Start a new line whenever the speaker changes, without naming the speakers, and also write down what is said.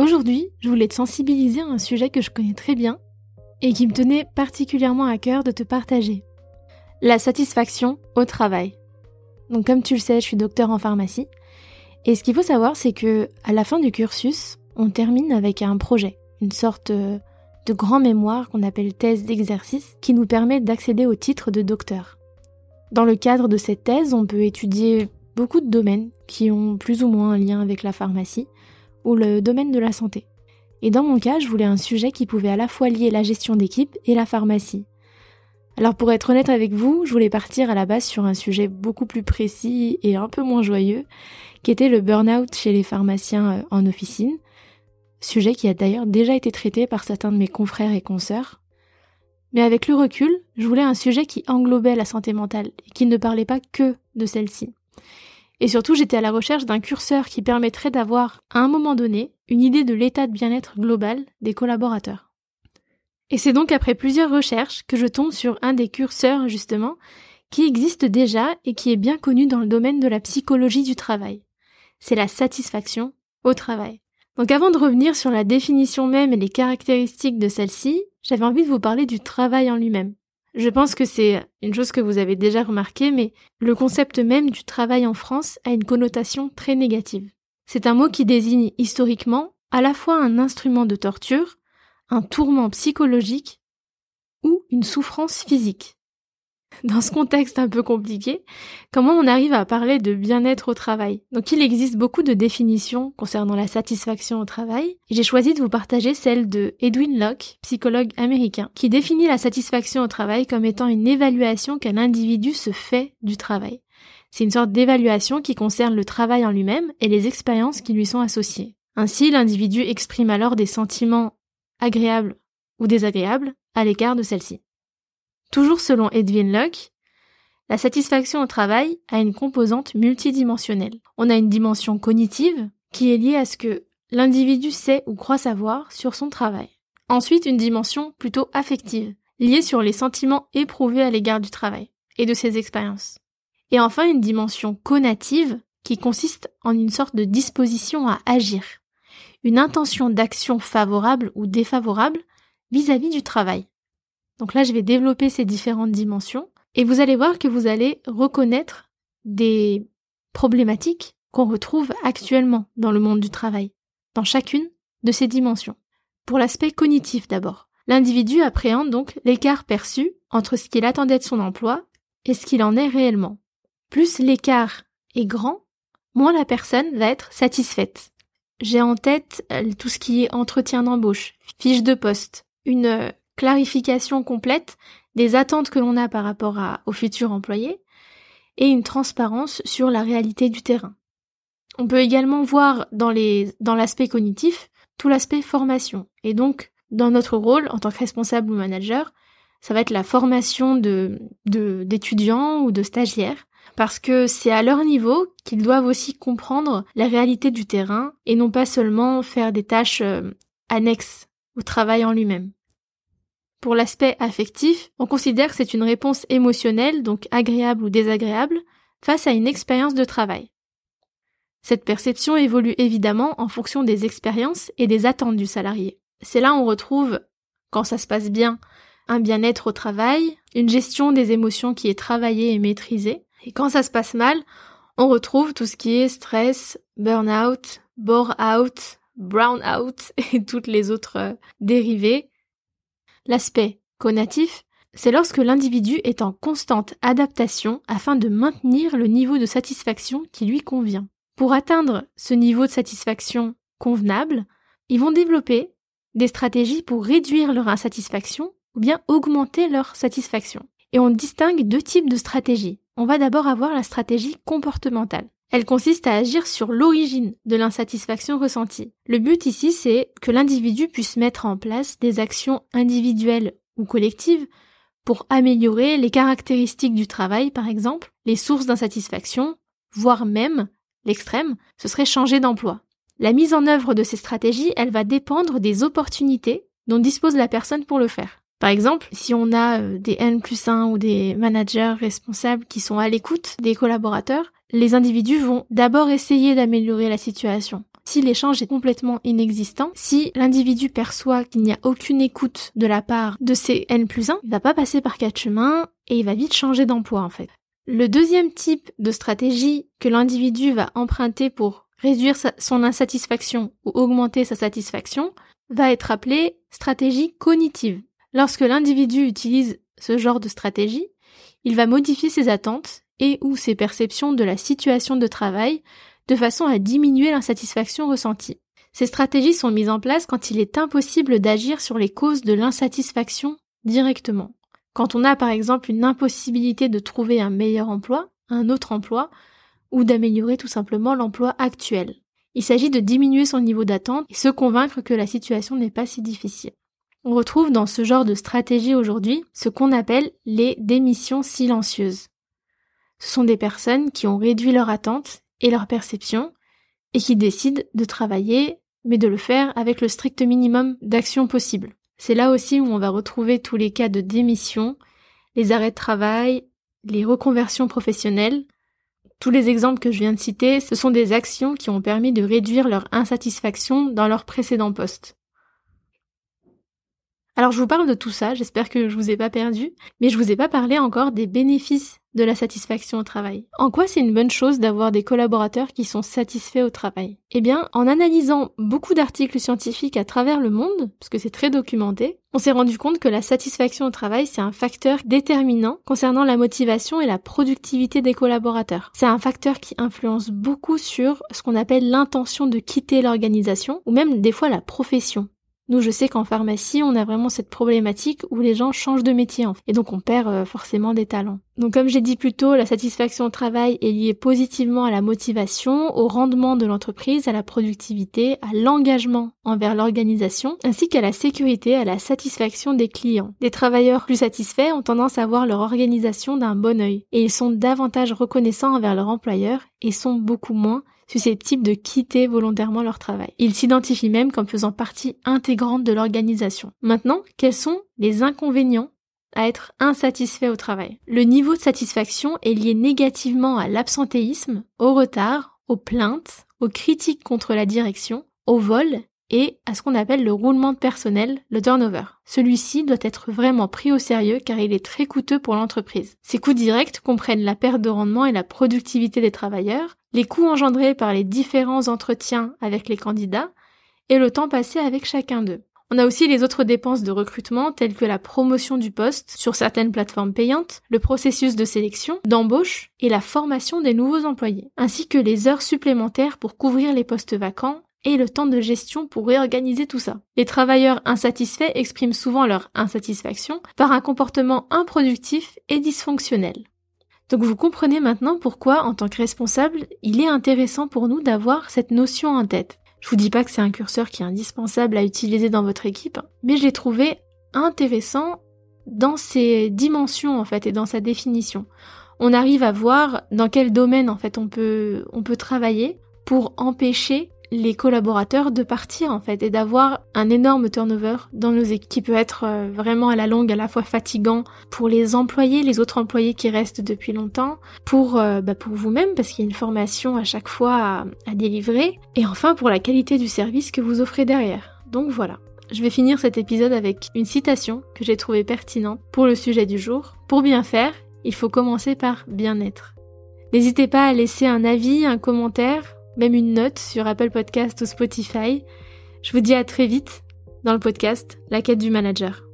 Aujourd'hui, je voulais te sensibiliser à un sujet que je connais très bien et qui me tenait particulièrement à cœur de te partager. La satisfaction au travail. Donc comme tu le sais, je suis docteur en pharmacie et ce qu'il faut savoir, c'est que à la fin du cursus, on termine avec un projet, une sorte de grand mémoire qu'on appelle thèse d'exercice qui nous permet d'accéder au titre de docteur. Dans le cadre de cette thèse, on peut étudier beaucoup de domaines qui ont plus ou moins un lien avec la pharmacie ou le domaine de la santé. Et dans mon cas, je voulais un sujet qui pouvait à la fois lier la gestion d'équipe et la pharmacie. Alors pour être honnête avec vous, je voulais partir à la base sur un sujet beaucoup plus précis et un peu moins joyeux, qui était le burn-out chez les pharmaciens en officine, sujet qui a d'ailleurs déjà été traité par certains de mes confrères et consoeurs. Mais avec le recul, je voulais un sujet qui englobait la santé mentale et qui ne parlait pas que de celle-ci. Et surtout, j'étais à la recherche d'un curseur qui permettrait d'avoir, à un moment donné, une idée de l'état de bien-être global des collaborateurs. Et c'est donc après plusieurs recherches que je tombe sur un des curseurs, justement, qui existe déjà et qui est bien connu dans le domaine de la psychologie du travail. C'est la satisfaction au travail. Donc avant de revenir sur la définition même et les caractéristiques de celle-ci, j'avais envie de vous parler du travail en lui-même. Je pense que c'est une chose que vous avez déjà remarqué, mais le concept même du travail en France a une connotation très négative. C'est un mot qui désigne historiquement à la fois un instrument de torture, un tourment psychologique ou une souffrance physique. Dans ce contexte un peu compliqué, comment on arrive à parler de bien-être au travail? Donc il existe beaucoup de définitions concernant la satisfaction au travail, et j'ai choisi de vous partager celle de Edwin Locke, psychologue américain, qui définit la satisfaction au travail comme étant une évaluation qu'un individu se fait du travail. C'est une sorte d'évaluation qui concerne le travail en lui-même et les expériences qui lui sont associées. Ainsi, l'individu exprime alors des sentiments agréables ou désagréables à l'égard de celle-ci. Toujours selon Edwin Locke, la satisfaction au travail a une composante multidimensionnelle. On a une dimension cognitive qui est liée à ce que l'individu sait ou croit savoir sur son travail. Ensuite, une dimension plutôt affective, liée sur les sentiments éprouvés à l'égard du travail et de ses expériences. Et enfin, une dimension conative qui consiste en une sorte de disposition à agir, une intention d'action favorable ou défavorable vis-à-vis du travail. Donc là, je vais développer ces différentes dimensions et vous allez voir que vous allez reconnaître des problématiques qu'on retrouve actuellement dans le monde du travail, dans chacune de ces dimensions. Pour l'aspect cognitif d'abord, l'individu appréhende donc l'écart perçu entre ce qu'il attendait de son emploi et ce qu'il en est réellement. Plus l'écart est grand, moins la personne va être satisfaite. J'ai en tête tout ce qui est entretien d'embauche, fiche de poste, une clarification complète des attentes que l'on a par rapport au futur employé et une transparence sur la réalité du terrain. On peut également voir dans l'aspect cognitif tout l'aspect formation. Et donc, dans notre rôle en tant que responsable ou manager, ça va être la formation d'étudiants ou de stagiaires parce que c'est à leur niveau qu'ils doivent aussi comprendre la réalité du terrain et non pas seulement faire des tâches annexes au travail en lui-même. Pour l'aspect affectif, on considère que c'est une réponse émotionnelle, donc agréable ou désagréable, face à une expérience de travail. Cette perception évolue évidemment en fonction des expériences et des attentes du salarié. C'est là où on retrouve, quand ça se passe bien, un bien-être au travail, une gestion des émotions qui est travaillée et maîtrisée. Et quand ça se passe mal, on retrouve tout ce qui est stress, burn-out, bore-out, brown-out et toutes les autres dérivés. L'aspect conatif, c'est lorsque l'individu est en constante adaptation afin de maintenir le niveau de satisfaction qui lui convient. Pour atteindre ce niveau de satisfaction convenable, ils vont développer des stratégies pour réduire leur insatisfaction ou bien augmenter leur satisfaction. Et on distingue deux types de stratégies. On va d'abord avoir la stratégie comportementale. Elle consiste à agir sur l'origine de l'insatisfaction ressentie. Le but ici, c'est que l'individu puisse mettre en place des actions individuelles ou collectives pour améliorer les caractéristiques du travail, par exemple, les sources d'insatisfaction, voire même, l'extrême, ce serait changer d'emploi. La mise en œuvre de ces stratégies, elle va dépendre des opportunités dont dispose la personne pour le faire. Par exemple, si on a des N+1 ou des managers responsables qui sont à l'écoute des collaborateurs, les individus vont d'abord essayer d'améliorer la situation. si l'échange est complètement inexistant, si l'individu perçoit qu'il n'y a aucune écoute de la part de ses N+1, il va pas passer par 4 chemins et il va vite changer d'emploi en fait. Le deuxième type de stratégie que l'individu va emprunter pour réduire son insatisfaction ou augmenter sa satisfaction va être appelée stratégie cognitive. Lorsque l'individu utilise ce genre de stratégie, il va modifier ses attentes et ou ses perceptions de la situation de travail de façon à diminuer l'insatisfaction ressentie. Ces stratégies sont mises en place quand il est impossible d'agir sur les causes de l'insatisfaction directement. Quand on a par exemple une impossibilité de trouver un meilleur emploi, un autre emploi, ou d'améliorer tout simplement l'emploi actuel. Il s'agit de diminuer son niveau d'attente et se convaincre que la situation n'est pas si difficile. On retrouve dans ce genre de stratégie aujourd'hui ce qu'on appelle les démissions silencieuses. Ce sont des personnes qui ont réduit leur attente et leur perception et qui décident de travailler, mais de le faire avec le strict minimum d'actions possibles. C'est là aussi où on va retrouver tous les cas de démission, les arrêts de travail, les reconversions professionnelles. Tous les exemples que je viens de citer, ce sont des actions qui ont permis de réduire leur insatisfaction dans leur précédent poste. Alors je vous parle de tout ça, j'espère que je vous ai pas perdu, mais je vous ai pas parlé encore des bénéfices de la satisfaction au travail. En quoi c'est une bonne chose d'avoir des collaborateurs qui sont satisfaits au travail? Eh bien, en analysant beaucoup d'articles scientifiques à travers le monde, parce que c'est très documenté, on s'est rendu compte que la satisfaction au travail, c'est un facteur déterminant concernant la motivation et la productivité des collaborateurs. C'est un facteur qui influence beaucoup sur ce qu'on appelle l'intention de quitter l'organisation, ou même des fois la profession. Nous, je sais qu'en pharmacie, on a vraiment cette problématique où les gens changent de métier, et donc on perd forcément des talents. Donc comme j'ai dit plus tôt, la satisfaction au travail est liée positivement à la motivation, au rendement de l'entreprise, à la productivité, à l'engagement envers l'organisation, ainsi qu'à la sécurité, à la satisfaction des clients. Des travailleurs plus satisfaits ont tendance à voir leur organisation d'un bon œil, et ils sont davantage reconnaissants envers leur employeur et sont beaucoup moins susceptibles de quitter volontairement leur travail. Ils s'identifient même comme faisant partie intégrante de l'organisation. Maintenant, quels sont les inconvénients à être insatisfait au travail? Le niveau de satisfaction est lié négativement à l'absentéisme, au retard, aux plaintes, aux critiques contre la direction, au vol et à ce qu'on appelle le roulement de personnel, le turnover. Celui-ci doit être vraiment pris au sérieux car il est très coûteux pour l'entreprise. Ces coûts directs comprennent la perte de rendement et la productivité des travailleurs, les coûts engendrés par les différents entretiens avec les candidats et le temps passé avec chacun d'eux. On a aussi les autres dépenses de recrutement telles que la promotion du poste sur certaines plateformes payantes, le processus de sélection, d'embauche et la formation des nouveaux employés, ainsi que les heures supplémentaires pour couvrir les postes vacants et le temps de gestion pour réorganiser tout ça. Les travailleurs insatisfaits expriment souvent leur insatisfaction par un comportement improductif et dysfonctionnel. Donc vous comprenez maintenant pourquoi, en tant que responsable, il est intéressant pour nous d'avoir cette notion en tête. Je vous dis pas que c'est un curseur qui est indispensable à utiliser dans votre équipe, mais je l'ai trouvé intéressant dans ses dimensions en fait et dans sa définition. On arrive à voir dans quel domaine en fait on peut travailler pour empêcher les collaborateurs de partir en fait et d'avoir un énorme turnover dans nos équipes qui peut être vraiment à la longue à la fois fatigant pour les employés, les autres employés qui restent depuis longtemps, pour vous-même parce qu'il y a une formation à chaque fois à délivrer et enfin pour la qualité du service que vous offrez derrière. Donc voilà. Je vais finir cet épisode avec une citation que j'ai trouvée pertinente pour le sujet du jour. Pour bien faire, il faut commencer par bien être. N'hésitez pas à laisser un avis, un commentaire, même une note sur Apple Podcast ou Spotify. Je vous dis à très vite dans le podcast La quête du manager.